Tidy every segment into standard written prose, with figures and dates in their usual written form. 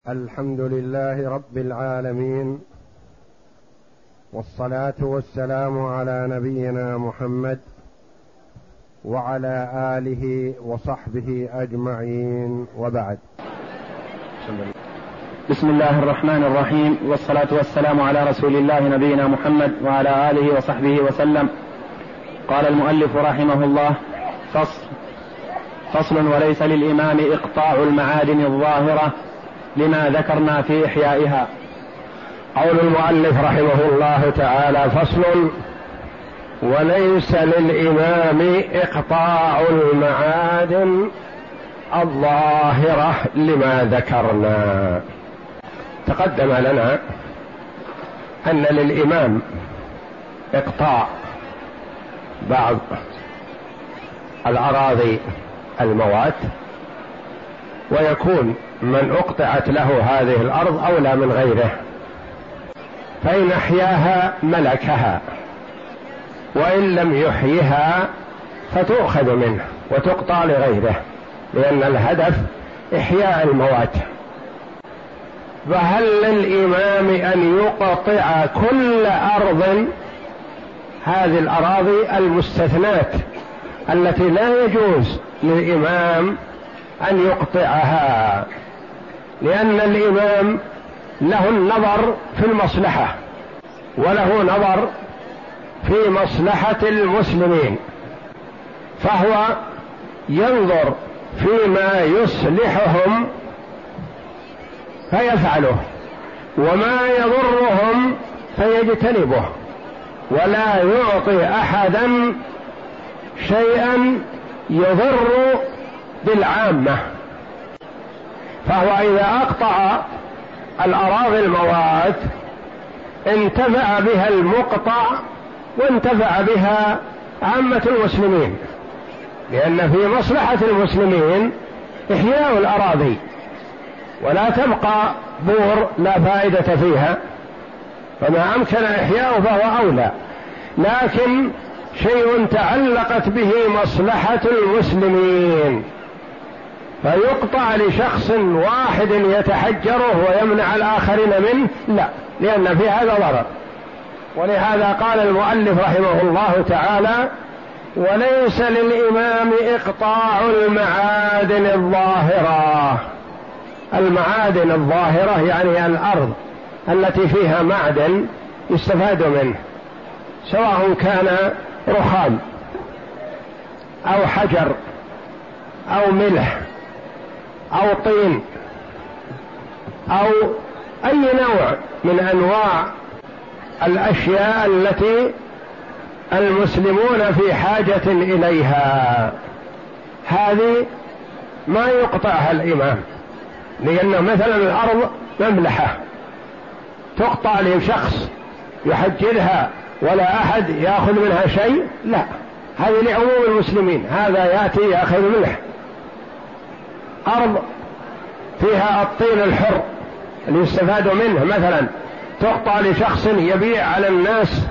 الحمد لله رب العالمين، والصلاة والسلام على نبينا محمد وعلى آله وصحبه أجمعين، وبعد. بسم الله الرحمن الرحيم، والصلاة والسلام على رسول الله نبينا محمد وعلى آله وصحبه وسلم. قال المؤلف رحمه الله: فصل وليس للإمام إقطاع المعادن الظاهرة لما ذكرنا في إحيائها. قول المؤلف رحمه الله تعالى: فصل وليس للإمام إقطاع المعادن الظاهرة لما ذكرنا. تقدم لنا أن للإمام إقطاع بعض الأراضي الموات، ويكون من أقطعت له هذه الأرض أولى من غيره، فإن أحياها ملكها، وإن لم يحيها فتؤخذ منه وتقطع لغيره، لأن الهدف إحياء الموات. فهل للإمام أن يقطع كل أرض؟ هذه الأراضي المستثنات التي لا يجوز للإمام أن يقطعها، لأن الإمام له النظر في المصلحة، وله نظر في مصلحة المسلمين، فهو ينظر فيما يصلحهم فيفعله، وما يضرهم فيجتنبه، ولا يعطي أحدا شيئا يضر بالعامة. فهو إذا أقطع الأراضي الموات انتفع بها المقطع وانتفع بها عامة المسلمين، لأن في مصلحة المسلمين إحياء الأراضي، ولا تبقى بور لا فائدة فيها، فما أمكن إحياؤه فهو أولى. لكن شيء تعلقت به مصلحة المسلمين فيقطع لشخص واحد يتحجره ويمنع الآخرين منه، لا، لأن في هذا ضرر. ولهذا قال المؤلف رحمه الله تعالى: وليس للإمام إقطاع المعادن الظاهرة. المعادن الظاهرة يعني الأرض التي فيها معدن يستفاد منه، سواء كان رخام أو حجر أو ملح أو طين أو أي نوع من أنواع الأشياء التي المسلمون في حاجة إليها، هذه ما يقطعها الإمام، لأن مثلا الأرض مملحة تقطع لشخص يحجرها ولا أحد يأخذ منها شيء، لا، هذه لعموم المسلمين، هذا يأتي يأخذ ملح. أرض فيها الطين الحر اللي يستفاد منه مثلا تقطع لشخص يبيع على الناس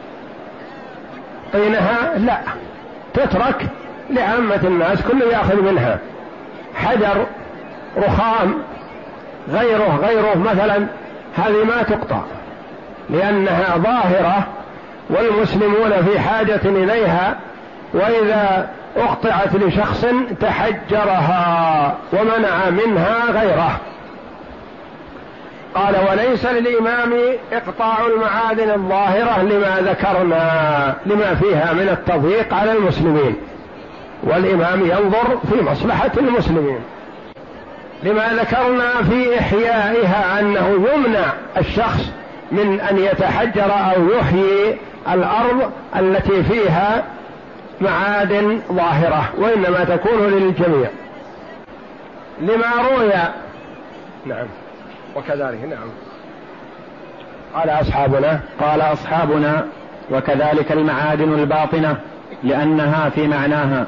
طينها، لا، تترك لعامة الناس كل يأخذ منها. حجر، رخام، غيره مثلا، هذه ما تقطع لأنها ظاهرة والمسلمون في حاجة إليها، وإذا أقطعت لشخص تحجرها ومنع منها غيره. قال: وليس للإمام إقطاع المعادن الظاهرة لما ذكرنا، لما فيها من التضييق على المسلمين، والإمام ينظر في مصلحة المسلمين، لما ذكرنا في إحيائها أنه يمنع الشخص من أن يتحجر أو يحيي الأرض التي فيها معادن ظاهرة، وإنما تكون للجميع، لما روي. نعم، وكذلك. نعم، قال أصحابنا: وكذلك المعادن الباطنة، لأنها في معناها،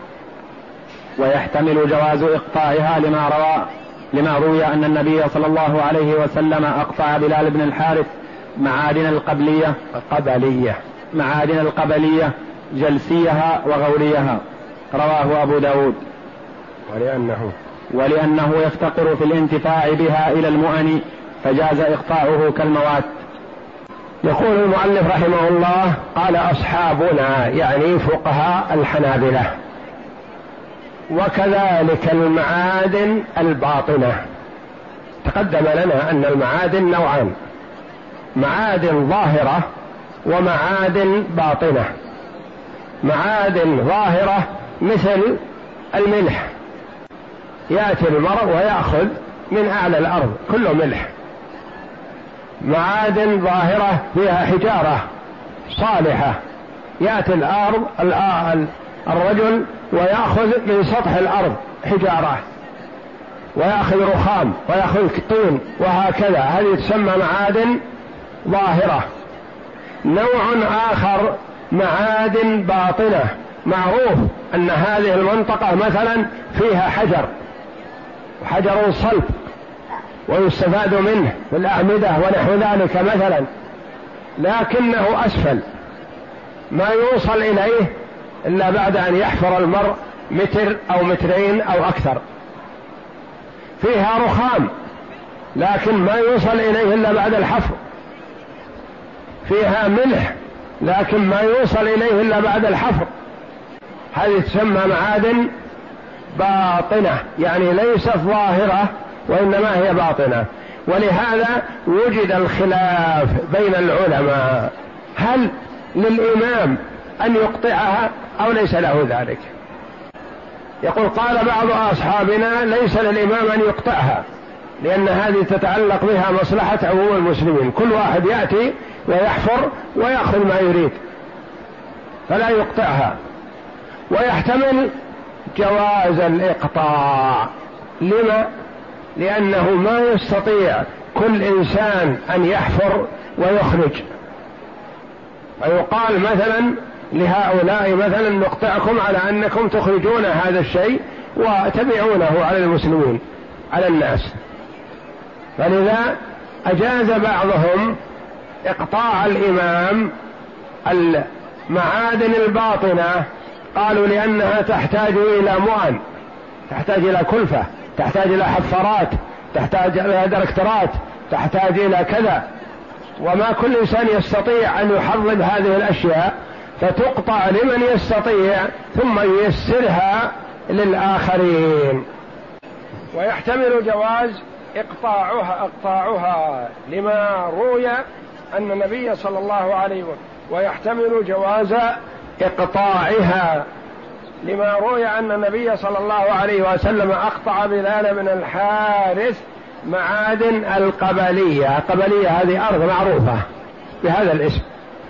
ويحتمل جواز إقطاعها لما روي أن النبي صلى الله عليه وسلم أقطع بلال بن الحارث معادن القبلية جلسيها وغوريها، رواه أبو داود. ولأنه يفتقر في الانتفاع بها إلى المؤن فجاز إقطاعه كالموات. يقول المؤلف رحمه الله: قال أصحابنا يعني فقهاء الحنابلة: وكذلك المعادن الباطنة. تقدم لنا أن المعادن نوعان: معادن ظاهرة ومعادن باطنة. معادن ظاهرة مثل الملح، يأتي المرء ويأخذ من أعلى الأرض كله ملح. معادن ظاهرة فيها حجارة صالحة، يأتي الرجل ويأخذ من سطح الأرض حجارة، ويأخذ رخام ويأخذ طين وهكذا، هذه تسمى معادن ظاهرة. نوع آخر معادن باطنة، معروف أن هذه المنطقة مثلا فيها حجر صلب ويستفاد منه في الأعمدة ونحو ذلك مثلا، لكنه أسفل ما يوصل إليه إلا بعد أن يحفر المرء متر أو مترين أو أكثر. فيها رخام لكن ما يوصل إليه إلا بعد الحفر. فيها ملح لكن ما يوصل إليه إلا بعد الحفر. هذه تسمى معادن باطنة، يعني ليست ظاهرة وإنما هي باطنة. ولهذا وجد الخلاف بين العلماء: هل للإمام أن يقطعها أو ليس له ذلك؟ يقول: قال بعض أصحابنا: ليس للإمام أن يقطعها، لأن هذه تتعلق بها مصلحة عموم المسلمين، كل واحد يأتي ويحفر ويأخذ ما يريد فلا يقطعها. ويحتمل جواز الإقطاع. لما؟ لأنه ما يستطيع كل إنسان أن يحفر ويخرج، ويقال مثلا لهؤلاء مثلا: نقطعكم على أنكم تخرجون هذا الشيء وتبيعونه على المسلمين على الناس. فلذا أجاز بعضهم إقطاع الإمام المعادن الباطنة، قالوا لأنها تحتاج إلى مؤن، تحتاج إلى كلفة، تحتاج إلى حفارات، تحتاج إلى دركترات، تحتاج إلى كذا، وما كل إنسان يستطيع أن يحرض هذه الأشياء، فتقطع لمن يستطيع ثم ييسرها للآخرين. ويحتمل جواز إقطاعها لما روي أن النبي صلى الله عليه وسلم، ويحتمل جواز إقطاعها لما روي أن النبي صلى الله عليه وسلم أقطع بلال بن الحارث معادن القبلية. القبلية هذه أرض معروفة بهذا الاسم،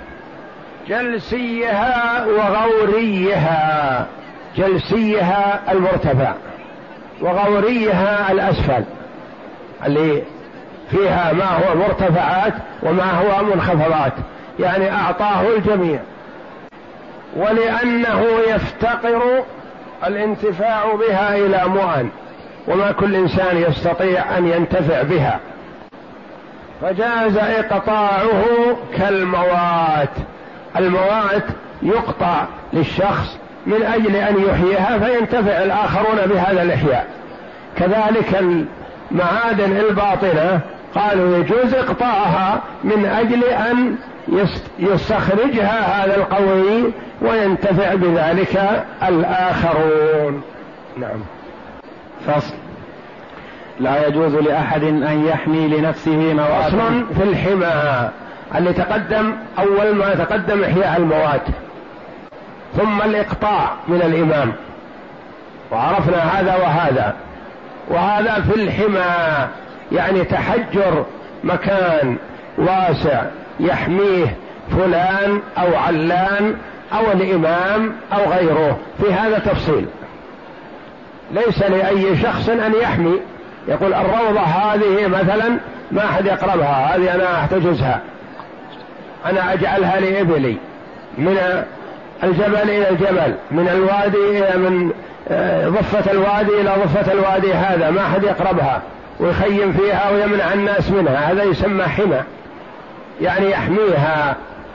جلسيها وغوريها. جلسيها المرتفع، وغوريها الأسفل اللي فيها ما هو مرتفعات وما هو منخفضات، يعني أعطاه الجميع. ولأنه يفتقر الانتفاع بها إلى مؤن، وما كل إنسان يستطيع أن ينتفع بها، فجاز إقطاعه كالموات. الموات يقطع للشخص من أجل أن يحييها فينتفع الآخرون بهذا الإحياء. كذلك المعادن الباطنة قالوا يجوز إقطاعها من أجل أن يستخرجها هذا القوي وينتفع بذلك الآخرون. نعم. فصل: لا يجوز لأحد أن يحمي لنفسه موات. أصلا في الحمى اللي تقدم، أول ما تقدم إحياء الموات، ثم الإقطاع من الإمام، وعرفنا هذا وهذا في الحمى، يعني تحجر مكان واسع يحميه فلان أو علان أو الإمام أو غيره. في هذا تفصيل، ليس لأي شخص أن يحمي، يقول الروضة هذه مثلا ما أحد يقربها، هذه أنا أحتجزها، أنا أجعلها لإبلي، من الجبل إلى الجبل، من الوادي إلى من ضفة الوادي إلى ضفة الوادي، هذا ما أحد يقربها ويخيم فيها ويمنع الناس منها، هذا يسمى حمى، يعني يحميها.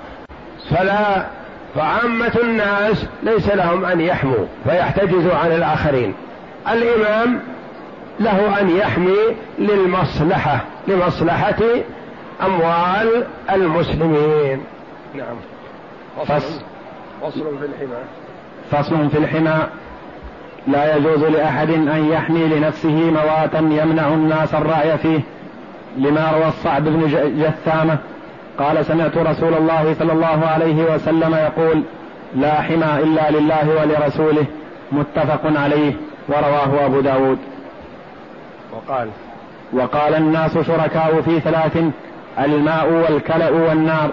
فعامة الناس ليس لهم أن يحموا فيحتجزوا عن الآخرين. الإمام له أن يحمي لمصلحة أموال المسلمين. نعم. فصل في الحمى. لا يجوز لأحد أن يحمي لنفسه مواتا يمنع الناس الرعي فيه، لما روى الصعب بن جثامة قال سمعت رسول الله صلى الله عليه وسلم يقول لا حمى إلا لله ولرسوله، متفق عليه، ورواه أبو داود. وقال الناس شركاء في 3: الماء والكلأ والنار.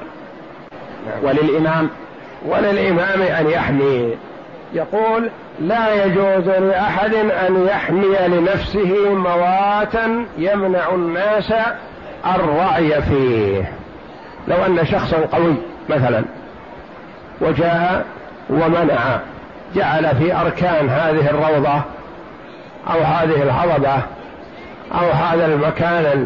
وللإمام أن يحمي. يقول لا يجوز لأحد أن يحمي لنفسه مواتا يمنع الناس الرعي فيه. لو أن شخصا قوي مثلا وجاء ومنع، جعل في أركان هذه الروضة أو هذه الهضبة أو هذا المكان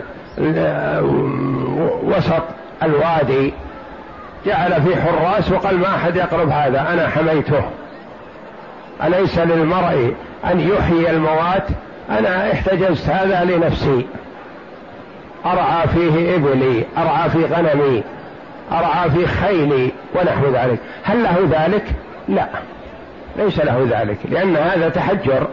وسط الوادي، جعل في حراس وقال ما أحد يقرب هذا، أنا حميته. أليس للمرء أن يحيي الموات؟ أنا احتجزت هذا لنفسي، أرعى فيه إبلي، أرعى في غنمي، أرعى في خيلي ونحو ذلك. هل له ذلك؟ لا، ليس له ذلك، لأن هذا تحجر،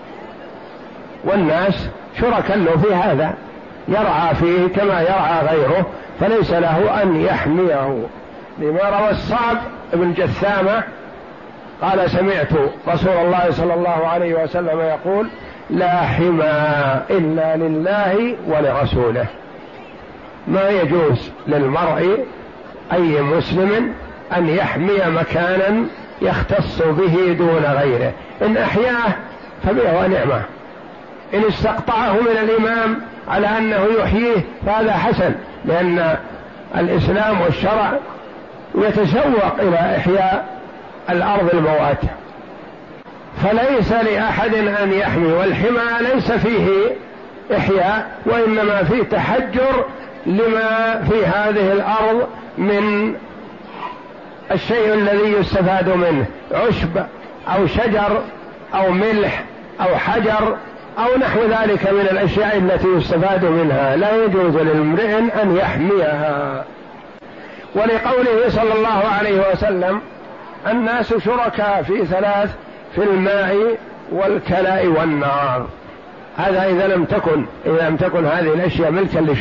والناس شركاء له في هذا، يرعى فيه كما يرعى غيره، فليس له أن يحميه. لما روى الصعب بن جثامة قال سمعت رسول الله صلى الله عليه وسلم يقول لا حمى إلا لله ولرسوله. ما يجوز للمرء أي مسلم أن يحمي مكانا يختص به دون غيره. إن أحياه فبه ونعمه، إن استقطعه من الإمام على أنه يحييه فهذا حسن، لأن الإسلام والشرع يتشوق إلى إحياء الأرض الموات. فليس لأحد أن يحمي، والحمى ليس فيه إحياء، وإنما فيه تحجر لما في هذه الأرض من الشيء الذي يستفاد منه، عشب أو شجر أو ملح أو حجر أو نحو ذلك من الأشياء التي يستفاد منها، لا يجوز للمرء أن يحميها. ولقوله صلى الله عليه وسلم الناس شركاء في 3: في الماء والكلاء والنار. هذا إذا لم تكن هذه الأشياء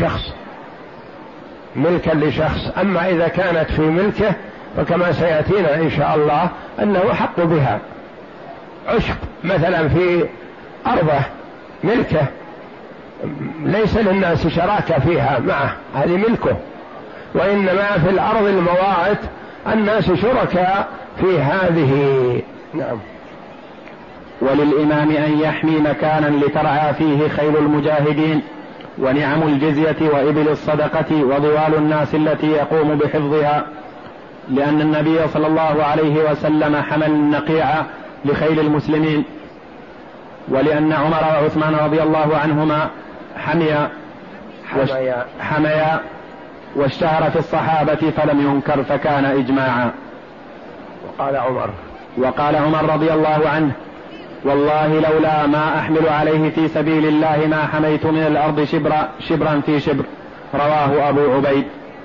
ملكا لشخص. أما إذا كانت في ملكه فكما سيأتينا إن شاء الله أنه حق بها. عشب مثلا في أرضه ملكه، ليس للناس شراكة فيها معه، هذه ملكه، وإنما في الأرض الموات الناس شركاء في هذه. نعم. وللإمام أن يحمي مكانا لترعى فيه خيل المجاهدين ونعم الجزية وإبل الصدقة وضوال الناس التي يقوم بحفظها، لأن النبي صلى الله عليه وسلم حمل النقيع لخيل المسلمين، ولأن عمر وعثمان رضي الله عنهما حميا واشتهر في الصحابة فلم ينكر فكان إجماعا. وقال عمر رضي الله عنه والله لولا ما أحمل عليه في سبيل الله ما حميت من الأرض شبرا في شبر. رواه أبو عبيد.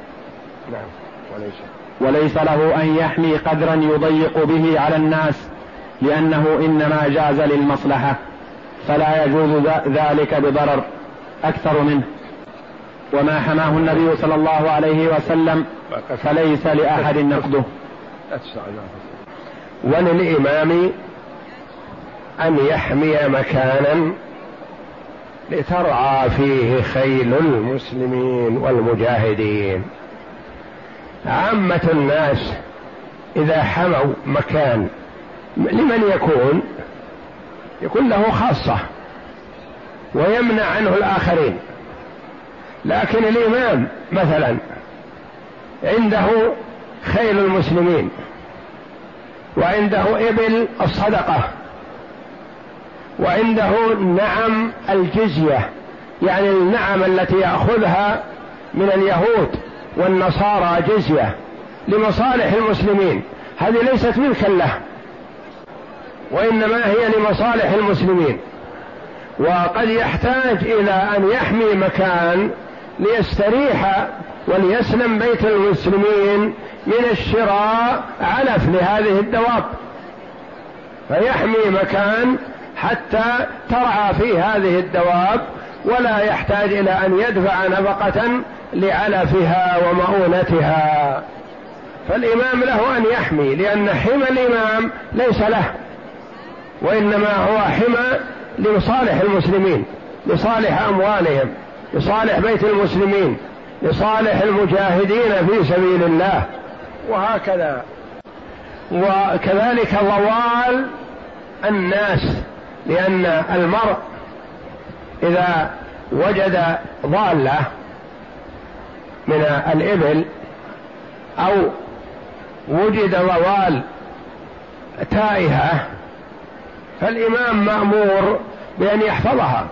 وليس له أن يحمي قدرا يضيق به على الناس، لأنه إنما جاز للمصلحة، فلا يجوز ذلك بضرر أكثر منه. وما حماه النبي صلى الله عليه وسلم فليس لأحد نقده. وللإمام أن يحمي مكانا لترعى فيه خيل المسلمين والمجاهدين. عامة الناس إذا حموا مكان لمن يكون له خاصة ويمنع عنه الآخرين، لكن الإمام مثلا عنده خيل المسلمين وعنده إبل الصدقة وعنده نعم الجزية، يعني النعم التي يأخذها من اليهود والنصارى جزية لمصالح المسلمين، هذه ليست ملكا له وإنما هي لمصالح المسلمين. وقد يحتاج إلى أن يحمي مكان ليستريح وليسلم بيت المسلمين من الشراء علف لهذه الدواب، فيحمي مكان حتى ترعى فيه هذه الدواب ولا يحتاج إلى أن يدفع نفقة لعلفها ومؤونتها. فالإمام له أن يحمي، لأن حمى الإمام ليس له، وإنما هو حمى لصالح المسلمين، لصالح أموالهم، لصالح بيت المسلمين، لصالح المجاهدين في سبيل الله، وهكذا. وكذلك ضوال الناس، لأن المرء إذا وجد ضالة من الإبل أو وجد ضوال تائهة فالإمام مأمور بأن يحفظها،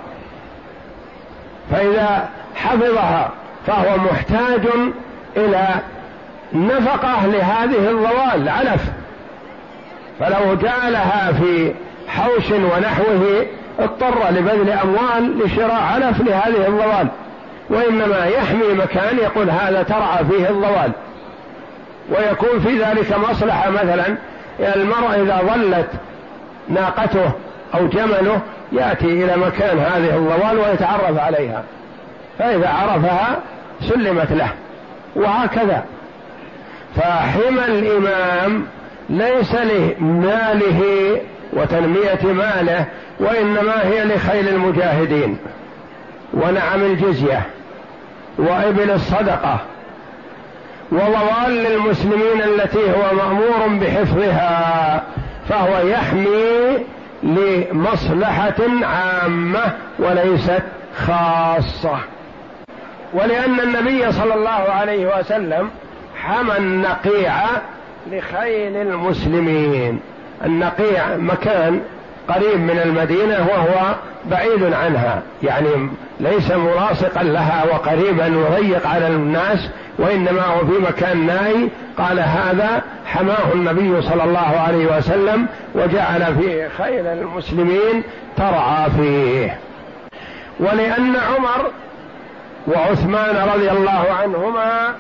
فإذا حفظها فهو محتاج إلى نفقة لهذه الضوال علف، فلو جعلها في حوش ونحوه اضطر لبذل أموال لشراء علف لهذه الضوال، وإنما يحمي مكان يقول هذا ترعى فيه الضوال، ويكون في ذلك مصلحة. مثلا المرء إذا ظلت ناقته أو جمله يأتي إلى مكان هذه الضوال ويتعرف عليها، فإذا عرفها سلمت له، وهكذا. فحمى الإمام ليس لماله وتنمية ماله، وإنما هي لخيل المجاهدين ونعم الجزية وإبل الصدقة وضوال للمسلمين التي هو مأمور بحفظها، فهو يحمي لمصلحة عامة وليست خاصة. ولأن النبي صلى الله عليه وسلم حمى النقيع لخيل المسلمين. النقيع مكان قريب من المدينة وهو بعيد عنها، يعني ليس ملاصقا لها وقريبا يضيق على الناس، وإنما هو في مكان نائي. قال هذا حماه النبي صلى الله عليه وسلم وجعل فيه خيل المسلمين ترعى فيه. ولأن عمر وعثمان رضي الله عنهما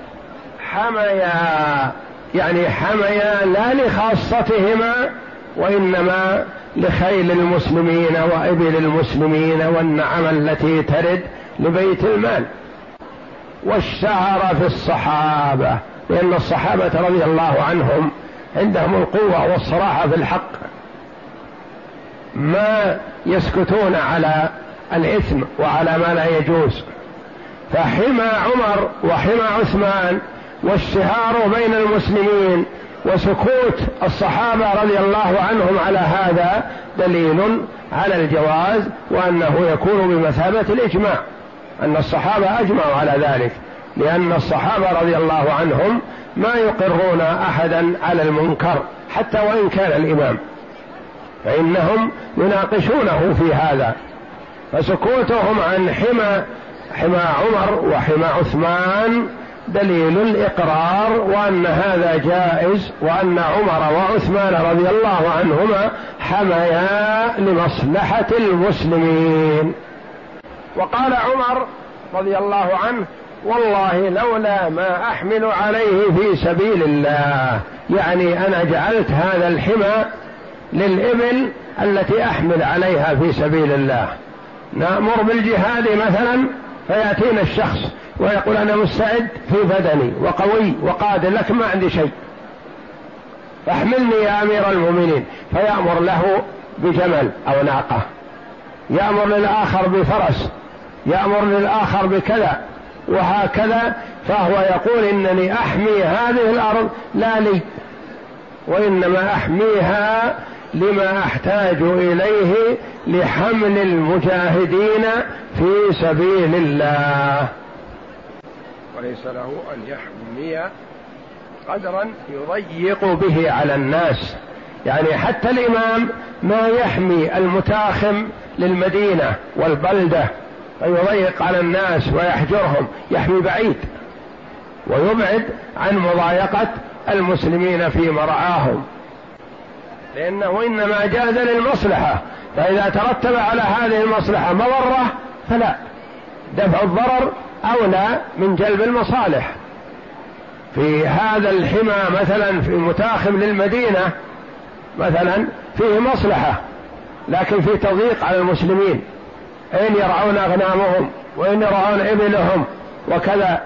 حميا، يعني حميا لا لخاصتهما وإنما لخيل المسلمين وإبل المسلمين والنعم التي ترد لبيت المال. واشتهر في الصحابة، لأن الصحابة رضي الله عنهم عندهم القوة والصراحة في الحق، ما يسكتون على الإثم وعلى ما لا يجوز. فحمى عمر وحمى عثمان واشتهار بين المسلمين وسكوت الصحابة رضي الله عنهم على هذا دليل على الجواز، وأنه يكون بمثابة الإجماع، أن الصحابة أجمعوا على ذلك، لأن الصحابة رضي الله عنهم ما يقرون أحدا على المنكر حتى وإن كان الإمام، فإنهم يناقشونه في هذا. فسكوتهم عن حمى عمر وحمى عثمان دليل الإقرار وأن هذا جائز، وأن عمر وعثمان رضي الله عنهما حميا لمصلحة المسلمين. وقال عمر رضي الله عنه: والله لولا ما أحمل عليه في سبيل الله، يعني أنا جعلت هذا الحمى للإبل التي أحمل عليها في سبيل الله. نأمر بالجهاد مثلا فيأتينا الشخص ويقول أنا مستعد في بدني وقوي وقادر، لكن ما عندي شيء، فاحملني يا أمير المؤمنين، فيأمر له بجمل أو ناقة، يأمر للآخر بفرس، يأمر للآخر بكذا، وهكذا. فهو يقول إنني أحمي هذه الأرض لا لي، وإنما أحميها لما أحتاج إليه لحمل المجاهدين في سبيل الله، وليس له أن يحمي قدرا يضيق به على الناس. يعني حتى الإمام ما يحمي المتاخم للمدينة والبلدة فيضيق على الناس ويحجرهم، يحمي بعيد ويبعد عن مضايقة المسلمين في مرعاهم، لأنه إنما جاز للمصلحة، فإذا ترتب على هذه المصلحة مضرة فلا، دفع الضرر أولى من جلب المصالح. في هذا الحمى مثلا في متاخم للمدينة مثلا فيه مصلحة، لكن في تضييق على المسلمين، أين يرعون أغنامهم وأين يرعون إبلهم وكذا،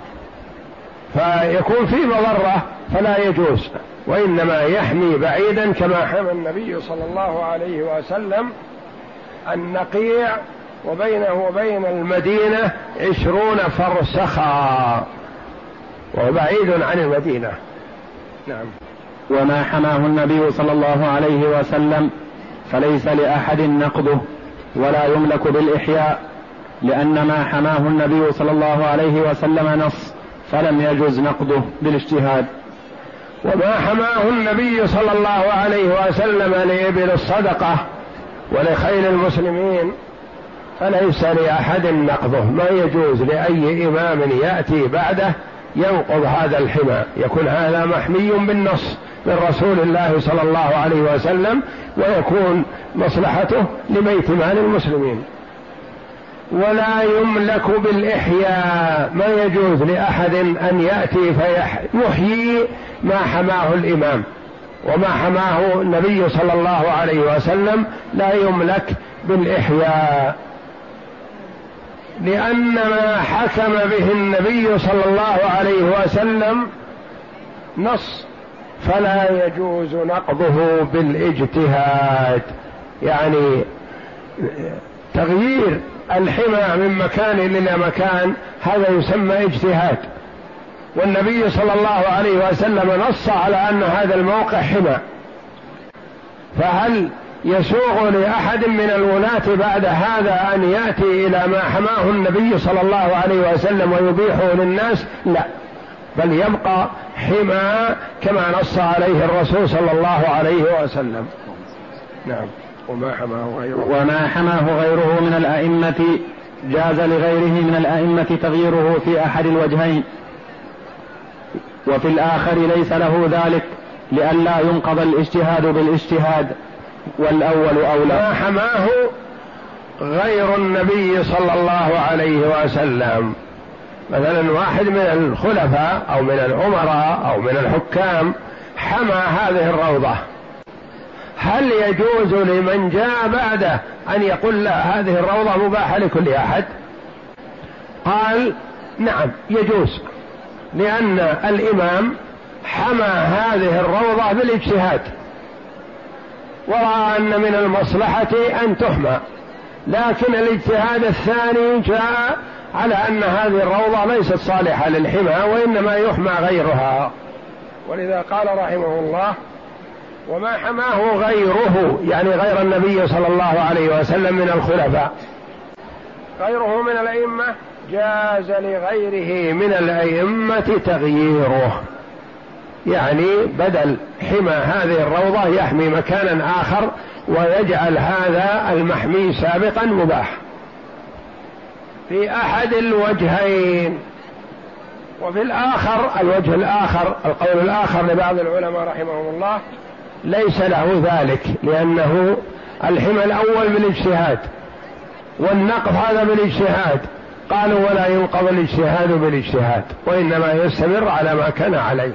فيكون في مضرة فلا يجوز، وإنما يحمي بعيدا كما حمى النبي صلى الله عليه وسلم النقيع وبينه وبين المدينة 20 فرسخا وهو بعيد عن المدينة. نعم. وما حماه النبي صلى الله عليه وسلم فليس لأحد نقضه ولا يملك بالإحياء، لأن ما حماه النبي صلى الله عليه وسلم نص فلم يجز نقضه بالاجتهاد. وما حماه النبي صلى الله عليه وسلم لإبل الصدقة ولخيل المسلمين فليس لأحد نقضه، ما يجوز لأي إمام يأتي بعده ينقض هذا الحمى، يكون هذا محمي بالنص من رسول الله صلى الله عليه وسلم، ويكون مصلحته لبيت مال المسلمين. ولا يملك بالإحياء، ما يجوز لأحد أن يأتي فيحيي ما حماه الإمام، وما حماه النبي صلى الله عليه وسلم لا يملك بالإحياء، لأن ما حكم به النبي صلى الله عليه وسلم نص فلا يجوز نقضه بالاجتهاد. يعني تغيير الحمى من مكان إلى مكان هذا يسمى اجتهاد، والنبي صلى الله عليه وسلم نص على أن هذا الموقع حمى، فهل يسوغ لأحد من الولاة بعد هذا أن يأتي إلى ما حماه النبي صلى الله عليه وسلم ويبيحه للناس؟ لا، بل يبقى حمى كما نص عليه الرسول صلى الله عليه وسلم. نعم. وما حماه غيره من الأئمة جاز لغيره من الأئمة تغييره في أحد الوجهين، وفي الآخر ليس له ذلك لئلا ينقض الاجتهاد بالاجتهاد، والأول أولى. ما حماه غير النبي صلى الله عليه وسلم، مثلا واحد من الخلفاء أو من الأمراء أو من الحكام حمى هذه الروضة، هل يجوز لمن جاء بعده أن يقول لا هذه الروضة مباحة لكل أحد؟ قال نعم يجوز، لأن الإمام حمى هذه الروضة بالاجتهاد ورأى أن من المصلحة أن تحمى، لكن الاجتهاد الثاني جاء على أن هذه الروضة ليست صالحة للحمى وإنما يحمى غيرها، ولذا قال رحمه الله وما حماه غيره، يعني غير النبي صلى الله عليه وسلم من الخلفاء، غيره من الأئمة جاز لغيره من الأئمة تغييره، يعني بدل حمى هذه الروضة يحمي مكانا آخر ويجعل هذا المحمي سابقا مباح في أحد الوجهين. وفي الآخر الوجه الآخر القول الآخر لبعض العلماء رحمهم الله ليس له ذلك، لأنه الحمى الأول بالاجتهاد والنقض هذا بالاجتهاد، قالوا ولا ينقض الاجتهاد بالاجتهاد وإنما يستمر على ما كان عليه،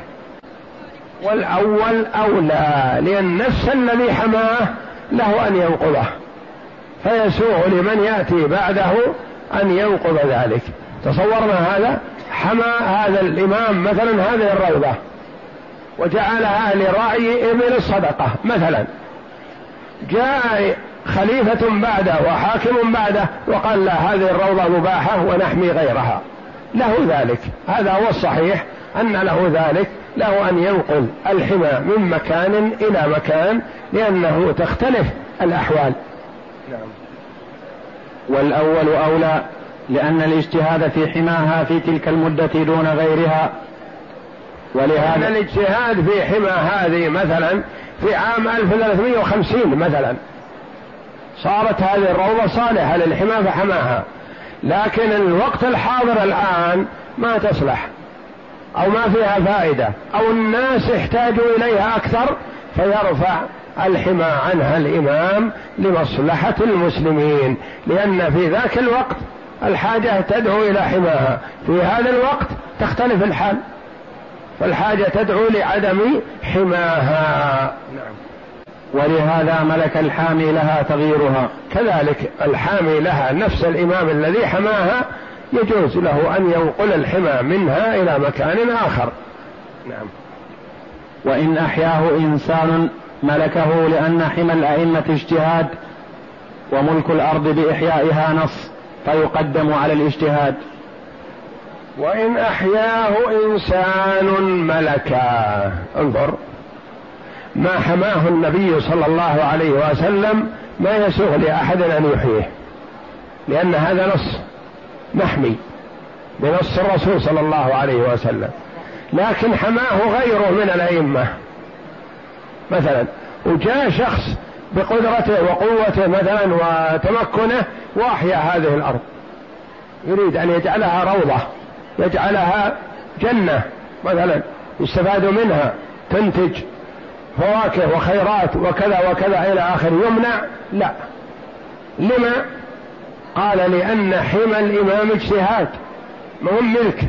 والأول أولى، لأن نفس الذي حماه له أن ينقضه، فيسوغ لمن يأتي بعده أن ينقض ذلك. تصورنا هذا حمى هذا الإمام مثلا هذه الروضة وجعلها لرعي إبل الصدقة مثلا، جاء خليفة بعده وحاكم بعده وقال لا هذه الروضة مباحة ونحمي غيرها، له ذلك، هذا هو الصحيح أن له ذلك، له أن ينقل الحمى من مكان إلى مكان لأنه تختلف الأحوال. نعم. والأول أولى، لأن الاجتهاد في حماها في تلك المدة دون غيرها، ولهذا الاجتهاد في حمى هذه مثلا في عام 1350 مثلا صارت هذه الروضة صالحة للحمى فحماها، لكن الوقت الحاضر الآن ما تصلح أو ما فيها فائدة أو الناس يحتاجوا إليها أكثر، فيرفع الحمى عنها الإمام لمصلحة المسلمين، لأن في ذاك الوقت الحاجة تدعو إلى حماها، في هذا الوقت تختلف الحال، فالحاجة تدعو لعدم حماها. نعم. ولهذا ملك الحامي لها تغييرها. كذلك الحامي لها نفس الإمام الذي حماها يجوز له أن ينقل الحمى منها إلى مكان آخر. نعم. وإن أحياه إنسان ملكه، لأن حمى الأئمة اجتهاد، وملك الأرض بإحيائها نص، فيقدم على الاجتهاد. وإن أحياه إنسان ملكا، انظر ما حماه النبي صلى الله عليه وسلم ما يسوغ لأحد أن يحييه، لأن هذا نص محمي بنص الرسول صلى الله عليه وسلم. لكن حماه غيره من الأئمة مثلا، وجاء شخص بقدرته وقوته مثلا وتمكنه وأحيا هذه الأرض، يريد أن يجعلها روضة، يجعلها جنة مثلا يستفاد منها، تنتج فواكه وخيرات وكذا وكذا إلى آخر، يمنع؟ لا. لما؟ قال لأن حمى الإمام اجتهاد، ما هو ملك،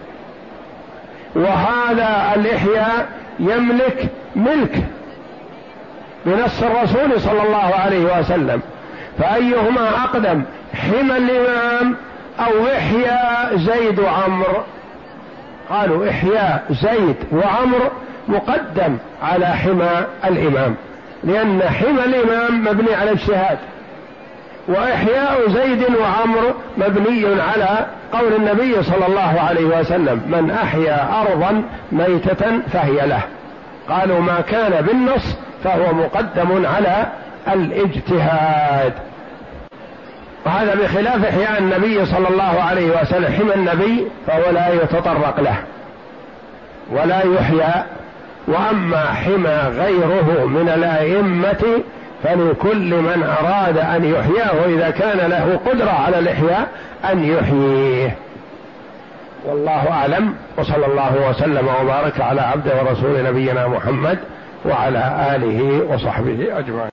وهذا الإحياء يملك ملك بنص الرسول صلى الله عليه وسلم، فأيهما أقدم، حمى الإمام أو إحياء زيد وعمر؟ قالوا إحياء زيد وعمر مقدم على حمى الإمام، لأن حمى الإمام مبني على اجتهاد، وإحياء زيد وعمر مبني على قول النبي صلى الله عليه وسلم: من أحيا أرضا ميتة فهي له. قالوا ما كان بالنص فهو مقدم على الاجتهاد، وهذا بخلاف إحياء النبي صلى الله عليه وسلم. حمى النبي فهو لا يتطرق له ولا يحيى، وأما حمى غيره من الأئمة فلكل من أراد أن يحياه إذا كان له قدرة على الإحياء أن يحييه. والله أعلم، وصلى الله وسلم وبارك على عبده ورسول نبينا محمد وعلى آله وصحبه أجمعين.